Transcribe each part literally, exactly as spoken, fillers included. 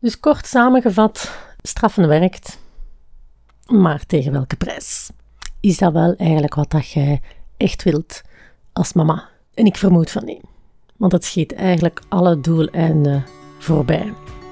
Dus kort samengevat, straffen werkt, maar tegen welke prijs? Is dat wel eigenlijk wat dat jij echt wilt als mama? En ik vermoed van niet, want het schiet eigenlijk alle doeleinden voorbij.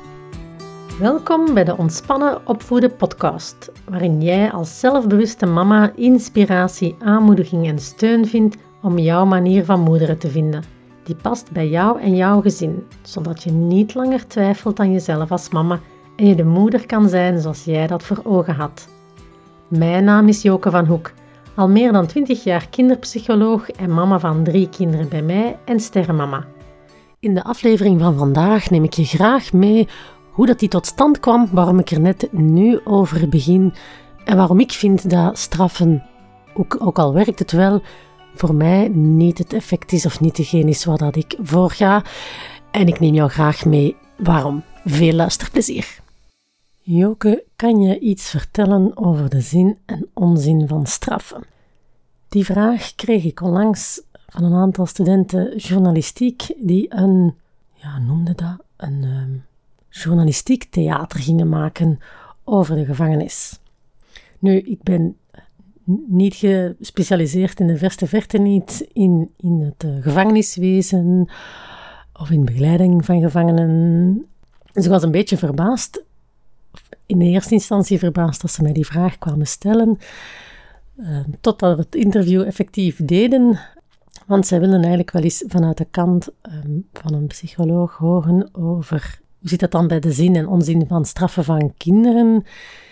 Welkom bij de Ontspannen Opvoeden podcast, waarin jij als zelfbewuste mama inspiratie, aanmoediging en steun vindt om jouw manier van moederen te vinden, die past bij jou en jouw gezin, zodat je niet langer twijfelt aan jezelf als mama en je de moeder kan zijn zoals jij dat voor ogen had. Mijn naam is Joke van Hoek, al meer dan twintig jaar kinderpsycholoog en mama van drie kinderen bij mij en sterrenmama. In de aflevering van vandaag neem ik je graag mee hoe dat die tot stand kwam, waarom ik er net nu over begin en waarom ik vind dat straffen, ook, ook al werkt het wel, voor mij niet het effect is of niet degene is waar dat ik voor ga. En ik neem jou graag mee waarom. Veel luisterplezier. Joke, kan je iets vertellen over de zin en onzin van straffen? Die vraag kreeg ik onlangs van een aantal studenten journalistiek die een, ja, noemde dat, een um, journalistiek theater gingen maken over de gevangenis. Nu, ik ben niet gespecialiseerd in de verste verte niet in, in het uh, gevangeniswezen of in begeleiding van gevangenen. Dus ik was een beetje verbaasd, in de eerste instantie verbaasd dat ze mij die vraag kwamen stellen, uh, totdat we het interview effectief deden, want zij wilden eigenlijk wel eens vanuit de kant um, van een psycholoog horen over hoe zit dat dan bij de zin en onzin van straffen van kinderen.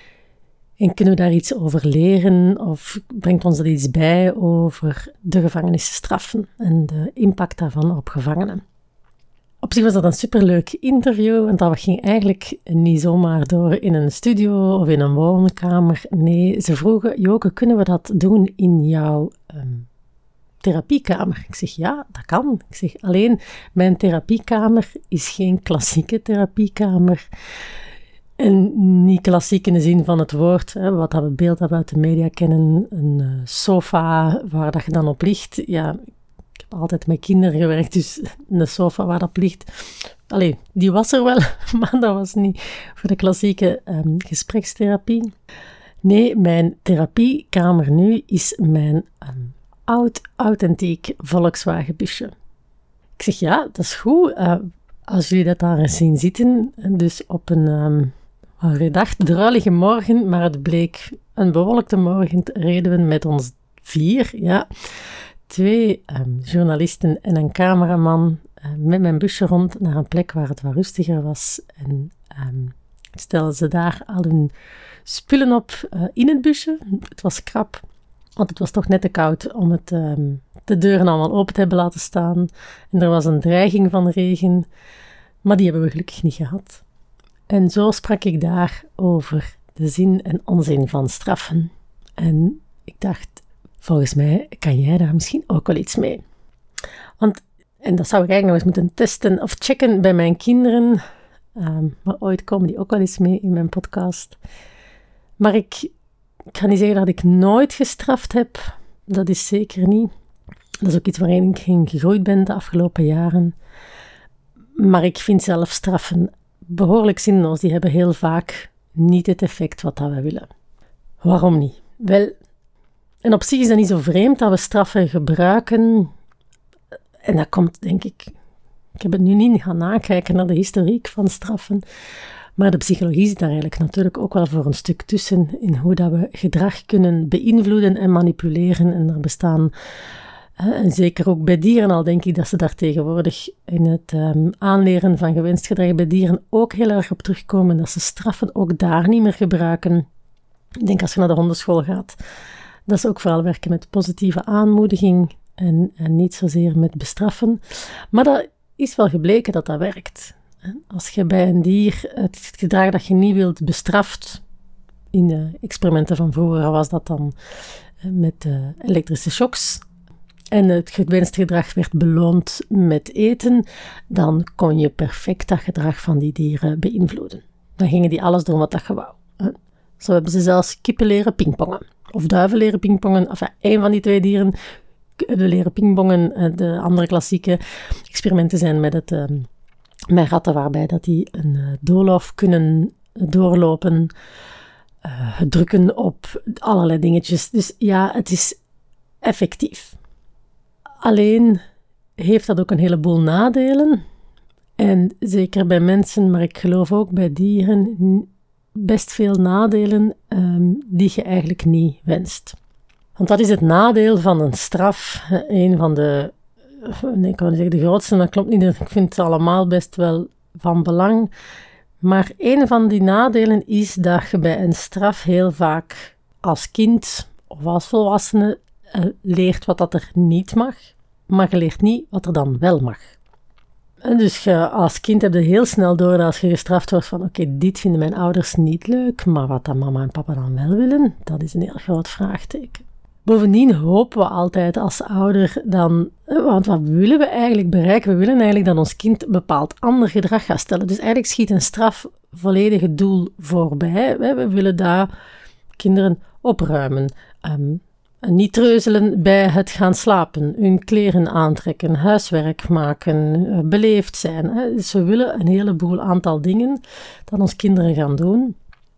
En kunnen we daar iets over leren of brengt ons dat iets bij over de gevangenisstraffen en de impact daarvan op gevangenen? Op zich was dat een superleuk interview, want dat ging eigenlijk niet zomaar door in een studio of in een woonkamer. Nee, ze vroegen, Joke, kunnen we dat doen in jouw um, therapiekamer? Ik zeg, ja, dat kan. Ik zeg, alleen mijn therapiekamer is geen klassieke therapiekamer. En niet klassiek in de zin van het woord, hè, wat dat we beeld dat we uit de media kennen, een uh, sofa waar dat je dan op ligt. Ja, ik heb altijd met kinderen gewerkt, dus een sofa waar dat ligt. Allee, die was er wel, maar dat was niet voor de klassieke um, gesprekstherapie. Nee, mijn therapiekamer nu is mijn um, oud, authentiek Volkswagen busje. Ik zeg, ja, dat is goed. Uh, als jullie dat daar zien zitten, dus op een... Um, We dachten druilige morgen, maar het bleek een bewolkte morgen. Reden we met ons vier, ja, twee um, journalisten en een cameraman uh, met mijn busje rond naar een plek waar het wat rustiger was. En um, stelden ze daar al hun spullen op uh, in het busje. Het was krap, want het was toch net te koud om het, um, de deuren allemaal open te hebben laten staan. En er was een dreiging van regen, maar die hebben we gelukkig niet gehad. En zo sprak ik daar over de zin en onzin van straffen. En ik dacht, volgens mij kan jij daar misschien ook wel iets mee. Want, en dat zou ik eigenlijk nog eens moeten testen of checken bij mijn kinderen. Um, maar ooit komen die ook wel eens mee in mijn podcast. Maar ik, ik ga niet zeggen dat ik nooit gestraft heb. Dat is zeker niet. Dat is ook iets waarin ik in gegroeid ben de afgelopen jaren. Maar ik vind zelf straffen behoorlijk zinloos. Die hebben heel vaak niet het effect wat dat we willen. Waarom niet? Wel, en op zich is dat niet zo vreemd dat we straffen gebruiken. En dat komt, denk ik, ik heb het nu niet gaan nakijken naar de historiek van straffen, maar de psychologie zit daar eigenlijk natuurlijk ook wel voor een stuk tussen in hoe dat we gedrag kunnen beïnvloeden en manipuleren. En er bestaan... En zeker ook bij dieren al denk ik dat ze daar tegenwoordig in het um, aanleren van gewenst gedrag bij dieren ook heel erg op terugkomen. Dat ze straffen ook daar niet meer gebruiken. Ik denk als je naar de hondenschool gaat, dat ze ook vooral werken met positieve aanmoediging en, en niet zozeer met bestraffen. Maar dat is wel gebleken dat dat werkt. Als je bij een dier het gedrag dat je niet wilt bestraft, in de experimenten van vroeger was dat dan met uh, elektrische shocks, en het gewenste gedrag werd beloond met eten, dan kon je perfect dat gedrag van die dieren beïnvloeden. Dan gingen die alles doen wat dat je wou. Zo hebben ze zelfs kippen leren pingpongen. Of duiven leren pingpongen. Enfin, één van die twee dieren leren pingpongen. De andere klassieke experimenten zijn met het um, met ratten waarbij dat die een uh, doolhof kunnen doorlopen, uh, drukken op allerlei dingetjes. Dus ja, het is effectief. Alleen heeft dat ook een heleboel nadelen. En zeker bij mensen, maar ik geloof ook bij dieren, best veel nadelen um, die je eigenlijk niet wenst. Want dat is het nadeel van een straf. Een van de, nee, ik kan niet zeggen de grootste, dat klopt niet. Ik vind het allemaal best wel van belang. Maar een van die nadelen is dat je bij een straf heel vaak als kind of als volwassene uh, leert wat dat er niet mag. Maar je leert niet wat er dan wel mag. En dus je, als kind heb je heel snel door dat als je gestraft wordt van oké, okay, dit vinden mijn ouders niet leuk, maar wat dan mama en papa dan wel willen, dat is een heel groot vraagteken. Bovendien hopen we altijd als ouder dan, want wat willen we eigenlijk bereiken? We willen eigenlijk dat ons kind bepaald ander gedrag gaat stellen. Dus eigenlijk schiet een straf volledig het doel voorbij. We willen daar kinderen opruimen, um, niet treuzelen bij het gaan slapen, hun kleren aantrekken, huiswerk maken, beleefd zijn. Dus we willen een heleboel aantal dingen dat onze kinderen gaan doen.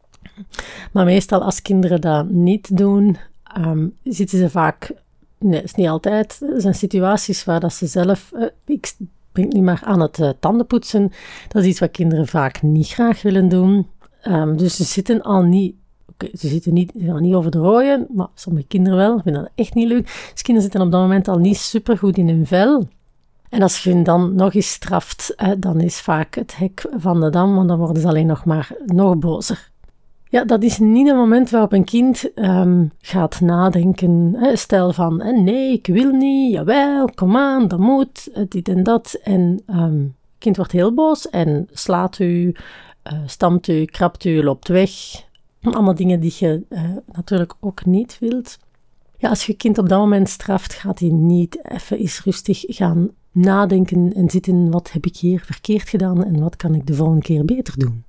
Maar meestal als kinderen dat niet doen, um, zitten ze vaak, nee, dat is niet altijd, er zijn situaties waar dat ze zelf, uh, ik denk niet maar aan het uh, tandenpoetsen, dat is iets wat kinderen vaak niet graag willen doen. Um, dus ze zitten al niet Okay, ze zitten niet, ze gaan niet over de rooien, maar sommige kinderen wel, vinden dat echt niet leuk. Dus kinderen zitten op dat moment al niet supergoed in hun vel. En als je hen dan nog eens straft, eh, dan is vaak het hek van de dam, want dan worden ze alleen nog maar nog bozer. Ja, dat is niet een moment waarop een kind um, gaat nadenken. Hè, stel van, eh, nee, ik wil niet, jawel, kom aan, dat moet, dit en dat. En um, het kind wordt heel boos en slaat u, uh, stampt u, krabt u, loopt weg. Allemaal dingen die je uh, natuurlijk ook niet wilt. Ja, als je kind op dat moment straft, gaat hij niet even eens rustig gaan nadenken en zitten, wat heb ik hier verkeerd gedaan en wat kan ik de volgende keer beter doen.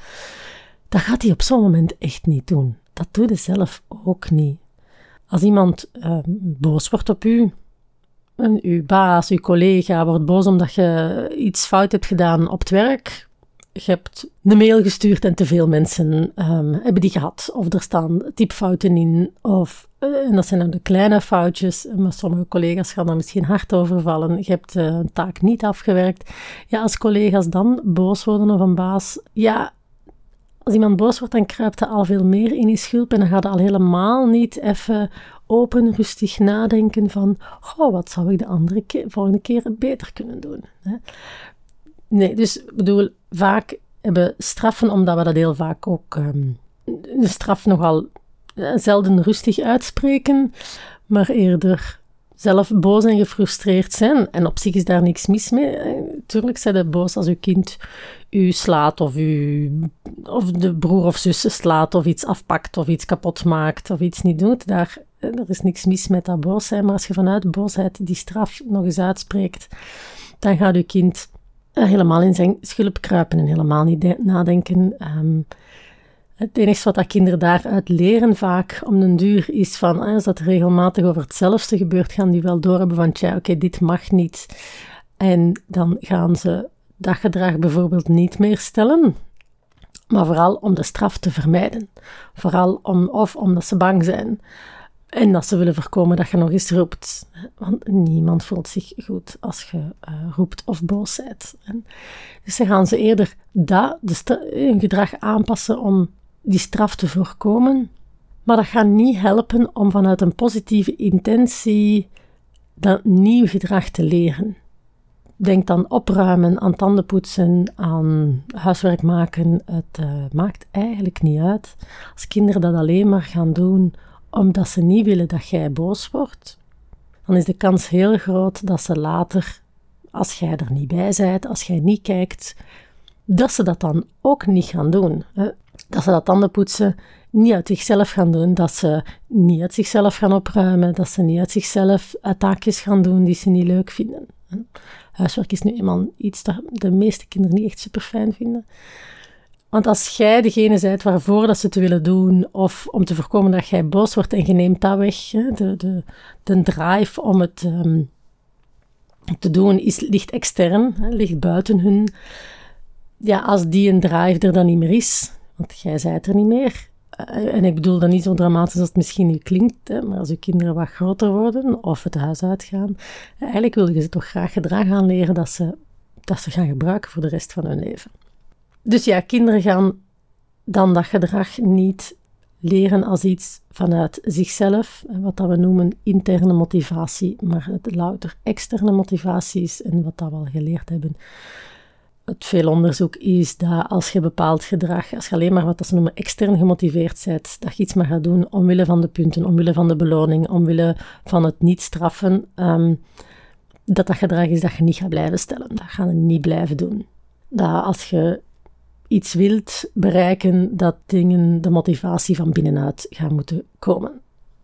Dat gaat hij op zo'n moment echt niet doen. Dat doe je zelf ook niet. Als iemand uh, boos wordt op u, en uw baas, uw collega wordt boos omdat je iets fout hebt gedaan op het werk, je hebt een mail gestuurd en te veel mensen um, hebben die gehad. Of er staan typfouten in. Of, uh, en dat zijn dan de kleine foutjes. Maar sommige collega's gaan daar misschien hard over vallen. Je hebt uh, een taak niet afgewerkt. Ja, als collega's dan boos worden of een baas. Ja, als iemand boos wordt, dan kruipt hij al veel meer in je schulp. En dan gaat hij al helemaal niet even open, rustig nadenken van, goh, wat zou ik de andere keer, volgende keer beter kunnen doen? Hè? Nee, dus ik bedoel, vaak hebben straffen, omdat we dat heel vaak ook um, de straf nogal uh, zelden rustig uitspreken, maar eerder zelf boos en gefrustreerd zijn. En op zich is daar niks mis mee. Tuurlijk zijn je boos als uw kind u slaat of, u, of de broer of zus slaat of iets afpakt of iets kapot maakt of iets niet doet. Daar, er is niks mis met dat boos zijn, maar als je vanuit boosheid die straf nog eens uitspreekt, dan gaat uw kind helemaal in zijn schulp kruipen en helemaal niet de- nadenken. Um, het enige wat dat kinderen daaruit leren vaak om den duur is van, als dat regelmatig over hetzelfde gebeurt, gaan die wel doorhebben van, tja, oké, okay, dit mag niet. En dan gaan ze dat gedrag bijvoorbeeld niet meer stellen, maar vooral om de straf te vermijden. Vooral om, of omdat ze bang zijn. En dat ze willen voorkomen dat je nog eens roept. Want niemand voelt zich goed als je uh, roept of boos bent. Dus dan gaan ze eerder dat, de stra- hun gedrag aanpassen om die straf te voorkomen. Maar dat gaat niet helpen om vanuit een positieve intentie dat nieuw gedrag te leren. Denk aan opruimen, aan tandenpoetsen, aan huiswerk maken. Het uh, maakt eigenlijk niet uit. Als kinderen dat alleen maar gaan doen omdat ze niet willen dat jij boos wordt, dan is de kans heel groot dat ze later, als jij er niet bij bent, als jij niet kijkt, dat ze dat dan ook niet gaan doen. Hè? Dat ze dat tandenpoetsen niet uit zichzelf gaan doen, dat ze niet uit zichzelf gaan opruimen, dat ze niet uit zichzelf taakjes gaan doen die ze niet leuk vinden. Hè? Huiswerk is nu eenmaal iets dat de meeste kinderen niet echt super fijn vinden. Want als jij degene bent waarvoor dat ze het willen doen, of om te voorkomen dat jij boos wordt en je neemt dat weg, hè, de, de, de drive om het, um, te doen is, ligt extern, hè, ligt buiten hun. Ja, als die een drive er dan niet meer is, want jij zijt er niet meer. Uh, en ik bedoel dat niet zo dramatisch als het misschien nu klinkt, hè, maar als je kinderen wat groter worden of het huis uitgaan, eigenlijk wil je ze toch graag gedrag aanleren dat ze, dat ze gaan gebruiken voor de rest van hun leven. Dus ja, kinderen gaan dan dat gedrag niet leren als iets vanuit zichzelf, wat dat we noemen interne motivatie, maar het louter externe motivatie is en wat dat we al geleerd hebben. Het veel onderzoek is dat als je bepaald gedrag, als je alleen maar wat dat ze noemen extern gemotiveerd bent, dat je iets maar gaat doen omwille van de punten, omwille van de beloning, omwille van het niet straffen, um, dat dat gedrag is dat je niet gaat blijven stellen. Dat ga je niet blijven doen. Dat als je iets wilt bereiken, dat dingen de motivatie van binnenuit gaan moeten komen.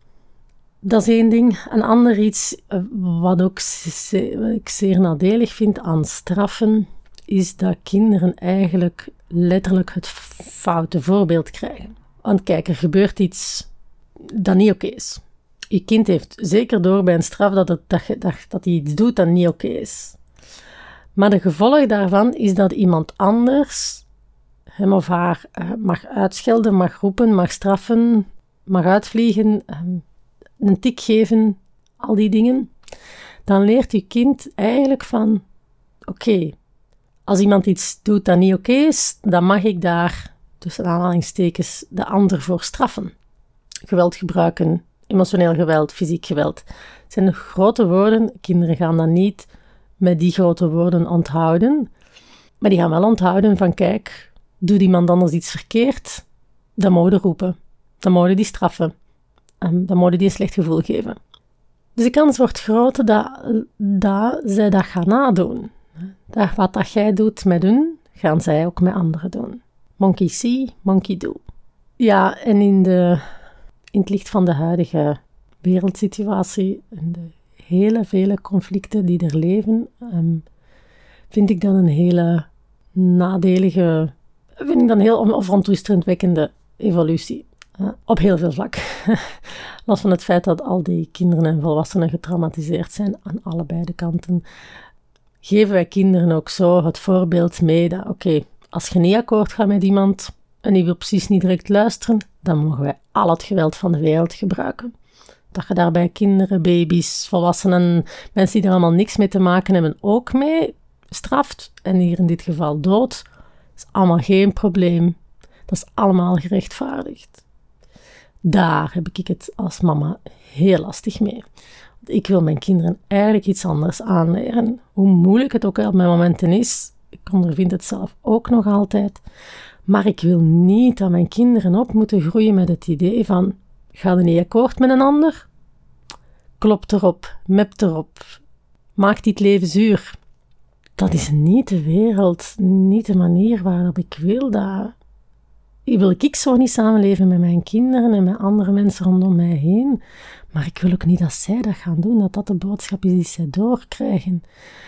Dat is één ding. Een ander iets, wat, ook ze- wat ik zeer nadelig vind aan straffen, is dat kinderen eigenlijk letterlijk het foute voorbeeld krijgen. Want kijk, er gebeurt iets dat niet oké is. Je kind heeft zeker door bij een straf dat, het, dat, dat, dat hij iets doet dat niet oké is. Maar de gevolg daarvan is dat iemand anders hem of haar uh, mag uitschelden, mag roepen, mag straffen, mag uitvliegen, um, een tik geven, al die dingen. Dan leert je kind eigenlijk van, oké, okay, als iemand iets doet dat niet oké okay is, dan mag ik daar, tussen aanhalingstekens, de ander voor straffen. Geweld gebruiken, emotioneel geweld, fysiek geweld. Het zijn grote woorden. Kinderen gaan dat niet met die grote woorden onthouden. Maar die gaan wel onthouden van, kijk, doet iemand anders iets verkeerd, dan moet je roepen. Dan moet je die straffen. En dan moet je die een slecht gevoel geven. Dus de kans wordt groot dat, dat zij dat gaan nadoen. Dat wat dat jij doet met hun, gaan zij ook met anderen doen. Monkey see, monkey do. Ja, en in, de, in het licht van de huidige wereldsituatie en de hele vele conflicten die er leven, um, vind ik dat een hele nadelige, vind ik dat een heel verontrustendwekkende evolutie. Uh, op heel veel vlak. Los van het feit dat al die kinderen en volwassenen getraumatiseerd zijn aan allebei de kanten, geven wij kinderen ook zo het voorbeeld mee dat, oké, okay, als je niet akkoord gaat met iemand en die wil precies niet direct luisteren, dan mogen wij al het geweld van de wereld gebruiken. Dat je daarbij kinderen, baby's, volwassenen, mensen die er allemaal niks mee te maken hebben, ook mee straft. En hier in dit geval dood. Dat is allemaal geen probleem. Dat is allemaal gerechtvaardigd. Daar heb ik het als mama heel lastig mee. Ik wil mijn kinderen eigenlijk iets anders aanleren. Hoe moeilijk het ook op mijn momenten is. Ik ondervind het zelf ook nog altijd. Maar ik wil niet dat mijn kinderen op moeten groeien met het idee van, ga je niet akkoord met een ander? Klop erop, mep erop. Maak dit leven zuur. Dat is niet de wereld, niet de manier waarop ik wil dat. Wil ik zo niet samenleven met mijn kinderen en met andere mensen rondom mij heen. Maar ik wil ook niet dat zij dat gaan doen, dat dat de boodschap is die zij doorkrijgen.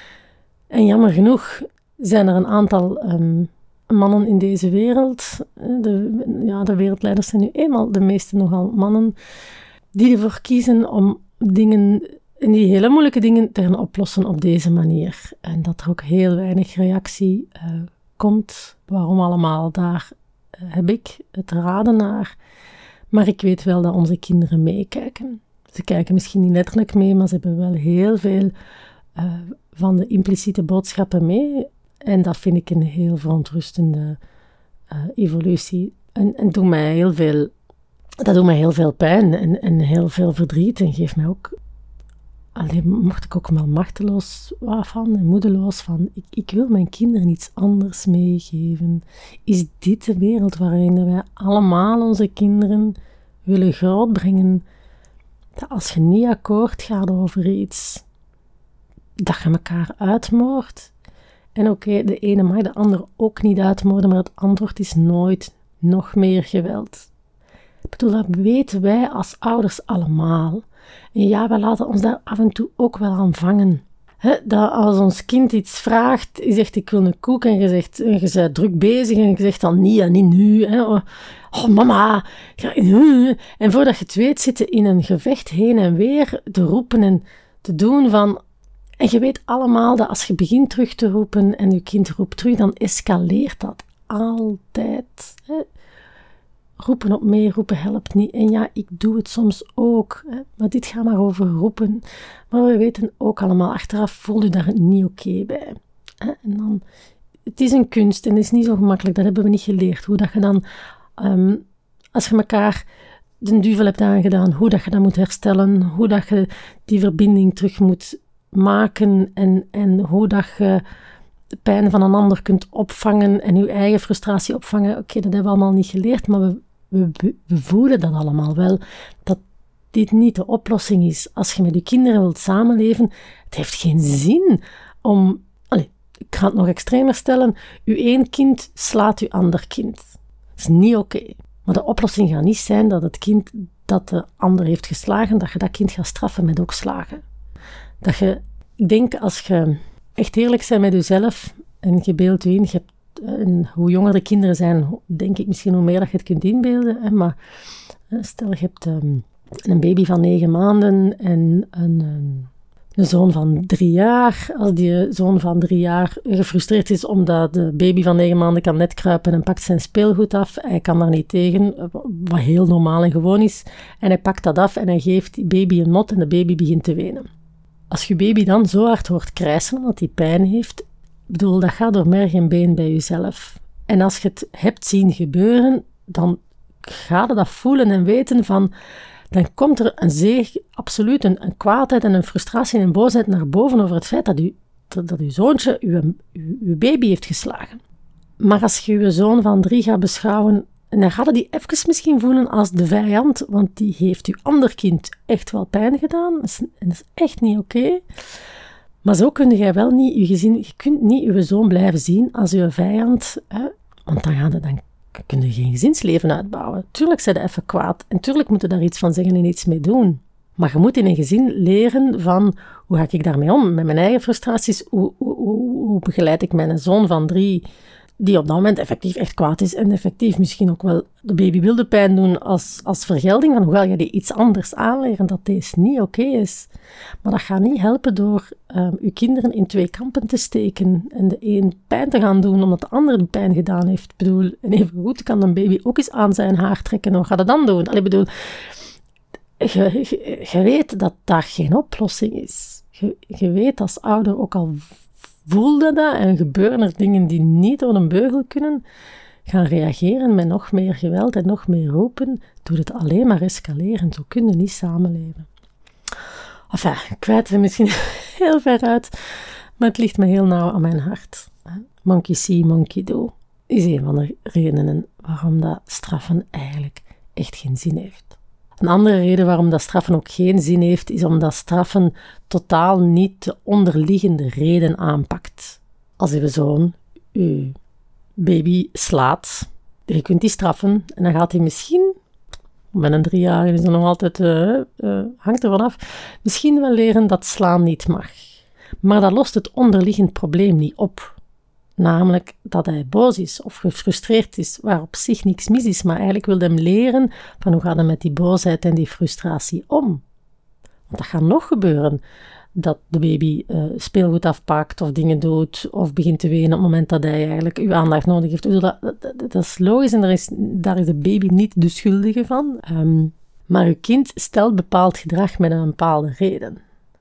En jammer genoeg zijn er een aantal um, mannen in deze wereld. De, ja, de wereldleiders zijn nu eenmaal de meeste nogal mannen, die ervoor kiezen om dingen, die hele moeilijke dingen te gaan oplossen op deze manier. En dat er ook heel weinig reactie uh, komt. Waarom allemaal? Daar uh, heb ik het raden naar. Maar ik weet wel dat onze kinderen meekijken. Ze kijken misschien niet letterlijk mee, maar ze hebben wel heel veel uh, van de impliciete boodschappen mee. En dat vind ik een heel verontrustende uh, evolutie. En, en doet mij heel veel, dat doet mij heel veel pijn en, en heel veel verdriet. En geeft mij ook, alleen mocht ik ook wel machteloos van en moedeloos van. Ik, ik wil mijn kinderen iets anders meegeven. Is dit de wereld waarin wij allemaal onze kinderen willen grootbrengen? Dat als je niet akkoord gaat over iets, dat je elkaar uitmoordt. En oké, okay, de ene mag de ander ook niet uitmoorden, maar het antwoord is nooit nog meer geweld. Ik bedoel, dat weten wij als ouders allemaal. En ja, wij laten ons daar af en toe ook wel aan vangen. He, dat als ons kind iets vraagt, je zegt ik wil een koek en je zegt, en je bent druk bezig en je zegt dan niet en niet nu. He. Oh mama, en voordat je het weet zitten in een gevecht heen en weer te roepen en te doen van En je weet allemaal dat als je begint terug te roepen en je kind roept terug, dan escaleert dat altijd. Hè. Roepen op mee, roepen helpt niet. En ja, ik doe het soms ook. Hè. Maar dit gaat maar over roepen. Maar we weten ook allemaal, achteraf voel je daar niet oké bij. Hè. En dan, het is een kunst en het is niet zo gemakkelijk. Dat hebben we niet geleerd. Hoe dat je dan, um, als je elkaar de duvel hebt aangedaan, hoe dat je dat moet herstellen, hoe dat je die verbinding terug moet maken en, en hoe dat je de pijn van een ander kunt opvangen en je eigen frustratie opvangen. Oké, okay, dat hebben we allemaal niet geleerd, maar we, we, we voelen dat allemaal wel, dat dit niet de oplossing is. Als je met je kinderen wilt samenleven, het heeft geen zin om... Allez, ik ga het nog extremer stellen. Uw één kind slaat uw ander kind. Dat is niet oké. Okay. Maar de oplossing gaat niet zijn dat het kind dat de ander heeft geslagen, dat je dat kind gaat straffen met ook slagen. Dat je, ik denk, als je echt eerlijk bent met jezelf en je beeldt je in, je hebt, en hoe jonger de kinderen zijn, denk ik misschien hoe meer dat je het kunt inbeelden. Hè, maar stel, je hebt um, een baby van negen maanden en een, um, een zoon van drie jaar. Als die zoon van drie jaar gefrustreerd is omdat de baby van negen maanden kan net kruipen en pakt zijn speelgoed af. Hij kan daar niet tegen, wat heel normaal en gewoon is. En hij pakt dat af en hij geeft die baby een mot en de baby begint te wenen. Als je baby dan zo hard hoort krijsen omdat hij pijn heeft, bedoel, dat gaat door merg en been bij jezelf. En als je het hebt zien gebeuren, dan ga je dat voelen en weten van... Dan komt er een zeer, absoluut een, een kwaadheid en een frustratie en een boosheid naar boven over het feit dat, u, dat, dat uw zoontje uw, uw, uw baby heeft geslagen. Maar als je je zoon van drie gaat beschouwen, en dan gaat die even misschien voelen als de vijand, want die heeft uw ander kind echt wel pijn gedaan. Dat is, en dat is echt niet oké. Okay. Maar zo kun jij wel niet je gezin, je kunt niet je zoon blijven zien als je vijand, hè, want dan gaat het dan kun je geen gezinsleven uitbouwen. Tuurlijk zijn ze even kwaad en tuurlijk moeten daar iets van zeggen en iets mee doen. Maar je moet in een gezin leren van, hoe ga ik daarmee om? Met mijn eigen frustraties, hoe, hoe, hoe, hoe begeleid ik mijn zoon van drie, die op dat moment effectief echt kwaad is en effectief misschien ook wel de baby wilde pijn doen als, als vergelding, van hoe ga je die iets anders aanleren, dat deze niet oké okay is. Maar dat gaat niet helpen door uh, je kinderen in twee kampen te steken en de een pijn te gaan doen omdat de ander die pijn gedaan heeft. Ik bedoel, en even goed kan een baby ook eens aan zijn haar trekken, wat gaat het dan doen? Allee, bedoel, je, je, je weet dat dat geen oplossing is. Je, je weet als ouder ook al voelde dat en gebeuren er dingen die niet door een beugel kunnen, gaan reageren met nog meer geweld en nog meer roepen, doet het alleen maar escaleren. Zo kun je niet samenleven. Enfin, ik kwijt er misschien heel ver uit, maar het ligt me heel nauw aan mijn hart. Monkey see, monkey do is een van de redenen waarom dat straffen eigenlijk echt geen zin heeft. Een andere reden waarom dat straffen ook geen zin heeft, is omdat straffen totaal niet de onderliggende reden aanpakt. Als je zoon je baby slaat, je kunt die straffen en dan gaat hij misschien, met een driejarige is er nog altijd, uh, uh, hangt er vanaf, misschien wel leren dat slaan niet mag. Maar dat lost het onderliggend probleem niet op. Namelijk dat hij boos is of gefrustreerd is, waar op zich niks mis is, maar eigenlijk wil hij hem leren van hoe gaat hij met die boosheid en die frustratie om. Want dat gaat nog gebeuren, dat de baby uh, speelgoed afpakt of dingen doet of begint te wenen op het moment dat hij eigenlijk uw aandacht nodig heeft. Dus dat, dat, dat is logisch en daar is, daar is de baby niet de schuldige van. Um, maar uw kind stelt bepaald gedrag met een bepaalde reden.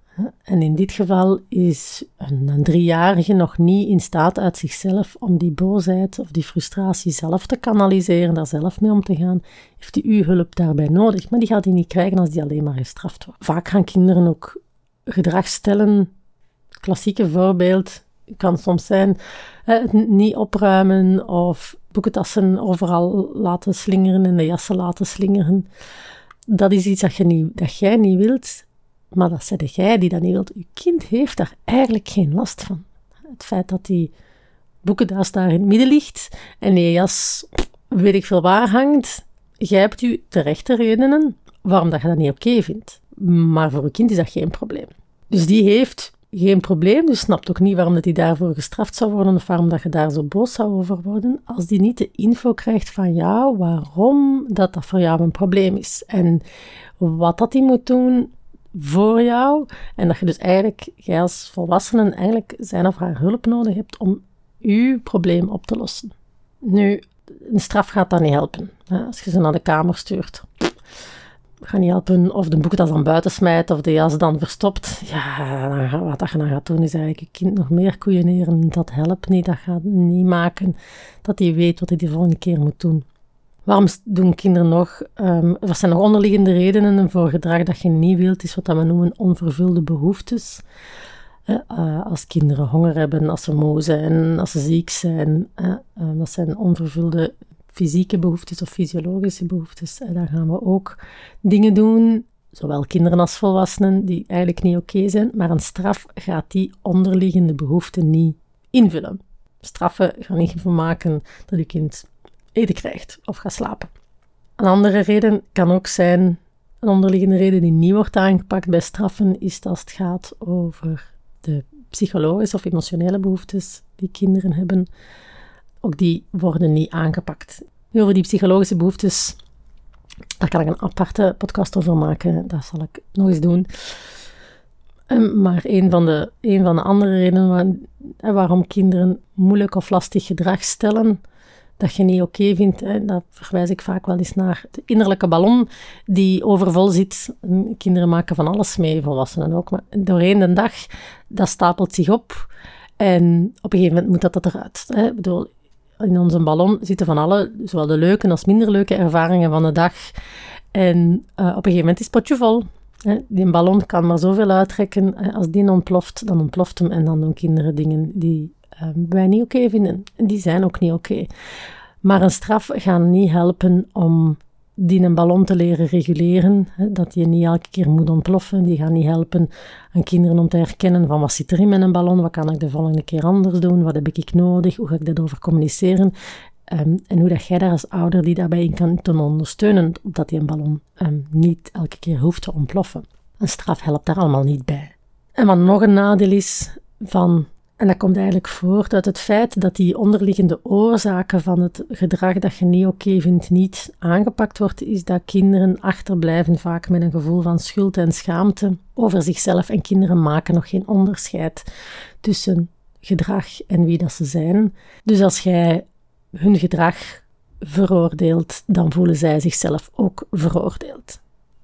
En in dit geval is een, een driejarige nog niet in staat uit zichzelf om die boosheid of die frustratie zelf te kanaliseren, daar zelf mee om te gaan, heeft hij uw hulp daarbij nodig. Maar die gaat hij niet krijgen als die alleen maar gestraft wordt. Vaak gaan kinderen ook gedrag stellen. Klassieke voorbeeld kan soms zijn het niet opruimen of boekentassen overal laten slingeren en de jassen laten slingeren. Dat is iets dat, je niet, dat jij niet wilt. Maar dat zeg jij die dat niet wilt. Je kind heeft daar eigenlijk geen last van. Het feit dat die boekendas daar in het midden ligt en die jas weet ik veel waar hangt, jij hebt je terechte redenen waarom dat je dat niet oké vindt. Maar voor je kind is dat geen probleem. Dus die heeft geen probleem, dus snapt ook niet waarom dat hij daarvoor gestraft zou worden of waarom dat je daar zo boos zou over worden, als die niet de info krijgt van jou, waarom dat dat voor jou een probleem is. En wat dat hij moet doen, voor jou en dat je dus eigenlijk, jij als volwassene, eigenlijk zijn of haar hulp nodig hebt om je probleem op te lossen. Nu, een straf gaat dat niet helpen. Hè? Als je ze naar de kamer stuurt, gaat niet helpen of de boeken dat dan buiten smijt of de jas dan verstopt. Ja, dan gaat, wat je dan gaat doen is eigenlijk je kind nog meer koeieneren. Dat helpt niet, dat gaat niet maken dat hij weet wat hij de volgende keer moet doen. Waarom doen kinderen nog, um, wat zijn nog onderliggende redenen voor gedrag dat je niet wilt, is wat we noemen onvervulde behoeftes. Uh, uh, als kinderen honger hebben, als ze moe zijn, als ze ziek zijn, uh, uh, dat zijn onvervulde fysieke behoeftes of fysiologische behoeftes. Uh, daar gaan we ook dingen doen, zowel kinderen als volwassenen, die eigenlijk niet oké zijn, maar een straf gaat die onderliggende behoeften niet invullen. Straffen gaan niet ervoor maken dat je kind eten krijgt of gaat slapen. Een andere reden kan ook zijn, een onderliggende reden die niet wordt aangepakt bij straffen, is dat het gaat over de psychologische of emotionele behoeftes die kinderen hebben. Ook die worden niet aangepakt. Over die psychologische behoeftes, daar kan ik een aparte podcast over maken. Dat zal ik nog eens doen. Maar een van de, een van de andere redenen waar, waarom kinderen moeilijk of lastig gedrag stellen, dat je niet oké vindt, hè, dat verwijs ik vaak wel eens naar de innerlijke ballon die overvol zit. Kinderen maken van alles mee, volwassenen ook, maar doorheen de dag, dat stapelt zich op en op een gegeven moment moet dat, dat eruit. Hè. Ik bedoel, in onze ballon zitten van alle, zowel de leuke als minder leuke ervaringen van de dag. En uh, op een gegeven moment is het potje vol. Hè. Die ballon kan maar zoveel uittrekken. Hè. Als die ontploft, dan ontploft hem en dan doen kinderen dingen die Uh, wij niet oké vinden. En die zijn ook niet oké. Maar een straf gaat niet helpen om die een ballon te leren reguleren. Hè, dat je niet elke keer moet ontploffen. Die gaat niet helpen aan kinderen om te herkennen van wat zit er in met een ballon, wat kan ik de volgende keer anders doen, wat heb ik nodig, hoe ga ik daarover communiceren. Um, en hoe dat jij daar als ouder die daarbij in kan te ondersteunen, dat die een ballon um, niet elke keer hoeft te ontploffen. Een straf helpt daar allemaal niet bij. En wat nog een nadeel is van... En dat komt eigenlijk voort uit het feit dat die onderliggende oorzaken van het gedrag dat je niet oké vindt niet aangepakt wordt, is dat kinderen achterblijven vaak met een gevoel van schuld en schaamte over zichzelf. En kinderen maken nog geen onderscheid tussen gedrag en wie dat ze zijn. Dus als jij hun gedrag veroordeelt, dan voelen zij zichzelf ook veroordeeld.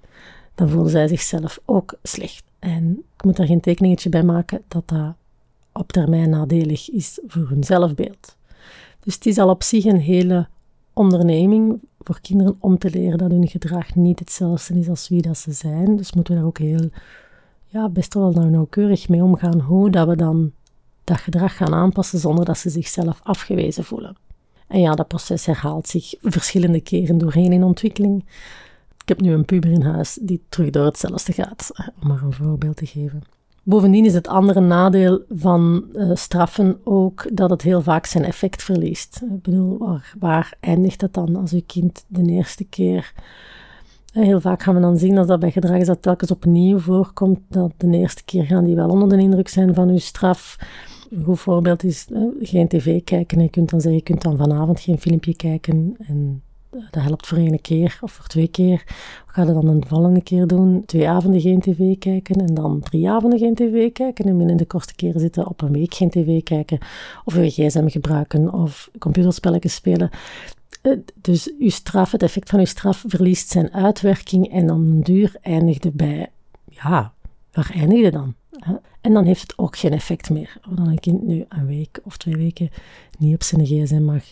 Dan voelen zij zichzelf ook slecht. En ik moet daar geen tekeningetje bij maken dat dat op termijn nadelig is voor hun zelfbeeld. Dus het is al op zich een hele onderneming voor kinderen om te leren dat hun gedrag niet hetzelfde is als wie dat ze zijn. Dus moeten we daar ook heel, ja, best wel nauwkeurig mee omgaan hoe dat we dan dat gedrag gaan aanpassen zonder dat ze zichzelf afgewezen voelen. En ja, dat proces herhaalt zich verschillende keren doorheen in ontwikkeling. Ik heb nu een puber in huis die terug door hetzelfde gaat, om maar een voorbeeld te geven. Bovendien is het andere nadeel van uh, straffen ook dat het heel vaak zijn effect verliest. Ik bedoel, waar, waar eindigt het dan als je kind de eerste keer... Uh, heel vaak gaan we dan zien als dat bij gedrag is dat telkens opnieuw voorkomt, dat de eerste keer gaan die wel onder de indruk zijn van je straf. Een goed voorbeeld is uh, geen tv kijken. Je kunt dan zeggen, je kunt dan vanavond geen filmpje kijken en... Dat helpt voor één keer of voor twee keer. We gaan het dan een volgende keer doen. Twee avonden geen tv kijken en dan drie avonden geen tv kijken. En binnen de kortste keren zitten op een week geen tv kijken. Of je gsm gebruiken of computerspelletjes spelen. Dus uw straf, het effect van uw straf verliest zijn uitwerking en dan een duur eindigde bij, ja, waar eindigde dan? En dan heeft het ook geen effect meer. Of dan een kind nu een week of twee weken niet op zijn gsm mag.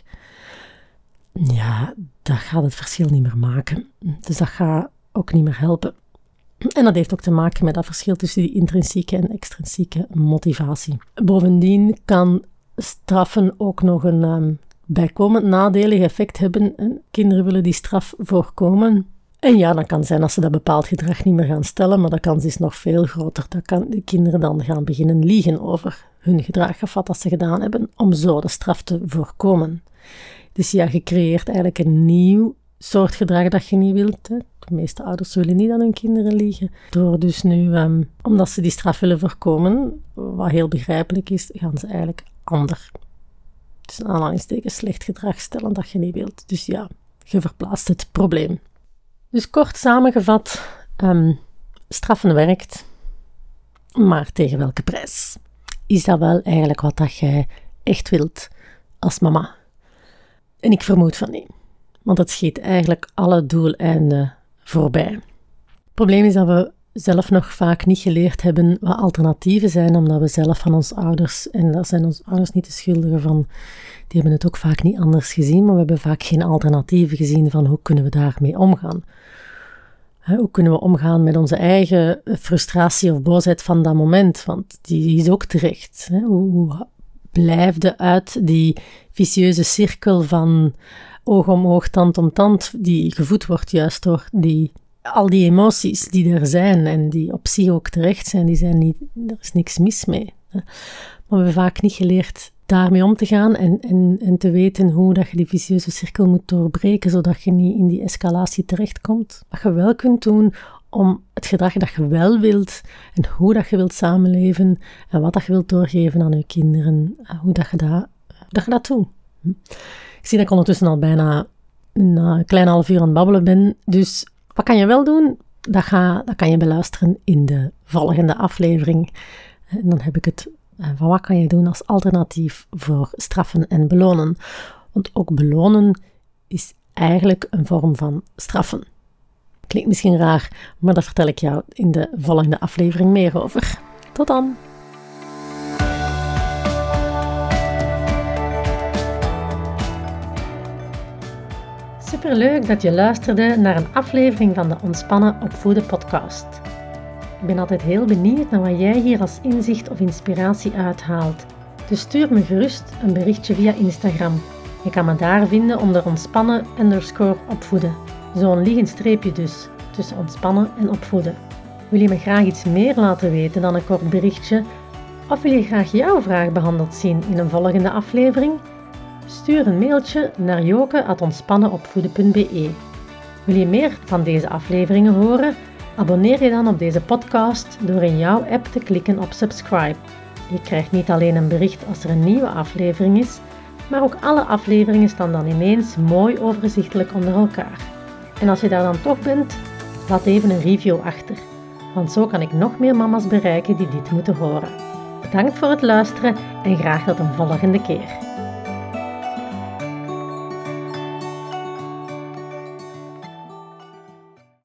Ja, dat gaat het verschil niet meer maken. Dus dat gaat ook niet meer helpen. En dat heeft ook te maken met dat verschil tussen die intrinsieke en extrinsieke motivatie. Bovendien kan straffen ook nog een um, bijkomend nadelig effect hebben. En kinderen willen die straf voorkomen. En ja, dan kan het zijn dat ze dat bepaald gedrag niet meer gaan stellen, maar de kans is nog veel groter. Dat kan de kinderen dan gaan beginnen liegen over hun gedrag of wat dat ze gedaan hebben, om zo de straf te voorkomen. Dus ja, je creëert eigenlijk een nieuw soort gedrag dat je niet wilt. Hè. De meeste ouders willen niet aan hun kinderen liegen. Door dus nu, um, omdat ze die straf willen voorkomen, wat heel begrijpelijk is, gaan ze eigenlijk ander. Dus een aanhalingstekens slecht gedrag stellen dat je niet wilt. Dus ja, je verplaatst het probleem. Dus kort samengevat, um, straffen werkt, maar tegen welke prijs? Is dat wel eigenlijk wat dat jij echt wilt als mama? En ik vermoed van niet, want het schiet eigenlijk alle doeleinden voorbij. Het probleem is dat we zelf nog vaak niet geleerd hebben wat alternatieven zijn, omdat we zelf van onze ouders, en daar zijn onze ouders niet de schuldigen van, die hebben het ook vaak niet anders gezien, maar we hebben vaak geen alternatieven gezien van hoe kunnen we daarmee omgaan. Hoe kunnen we omgaan met onze eigen frustratie of boosheid van dat moment, want die is ook terecht. Hoe blijf je uit die vicieuze cirkel van oog om oog, tand om tand, die gevoed wordt juist door die al die emoties die er zijn en die op zich ook terecht zijn, die zijn niet, er is niks mis mee. Maar we hebben vaak niet geleerd daarmee om te gaan en, en, en te weten hoe dat je die vicieuze cirkel moet doorbreken, zodat je niet in die escalatie terechtkomt. Wat je wel kunt doen om het gedrag dat je wel wilt en hoe dat je wilt samenleven en wat dat je wilt doorgeven aan je kinderen, hoe dat je dat, dat, je dat doet. Ik zie dat ik ondertussen al bijna een klein half uur aan het babbelen ben, dus wat kan je wel doen? Dat, ga, dat kan je beluisteren in de volgende aflevering. En dan heb ik het van wat kan je doen als alternatief voor straffen en belonen. Want ook belonen is eigenlijk een vorm van straffen. Klinkt misschien raar, maar daar vertel ik jou in de volgende aflevering meer over. Tot dan! Superleuk dat je luisterde naar een aflevering van de Ontspannen Opvoeden podcast. Ik ben altijd heel benieuwd naar wat jij hier als inzicht of inspiratie uithaalt. Dus stuur me gerust een berichtje via Instagram. Je kan me daar vinden onder ontspannen underscore opvoeden. Zo'n liggend streepje dus, tussen ontspannen en opvoeden. Wil je me graag iets meer laten weten dan een kort berichtje? Of wil je graag jouw vraag behandeld zien in een volgende aflevering? Stuur een mailtje naar joke at ontspannenopvoeden punt be. Wil je meer van deze afleveringen horen? Abonneer je dan op deze podcast door in jouw app te klikken op subscribe. Je krijgt niet alleen een bericht als er een nieuwe aflevering is, maar ook alle afleveringen staan dan ineens mooi overzichtelijk onder elkaar. En als je daar dan toch bent, laat even een review achter, want zo kan ik nog meer mama's bereiken die dit moeten horen. Bedankt voor het luisteren en graag tot een volgende keer.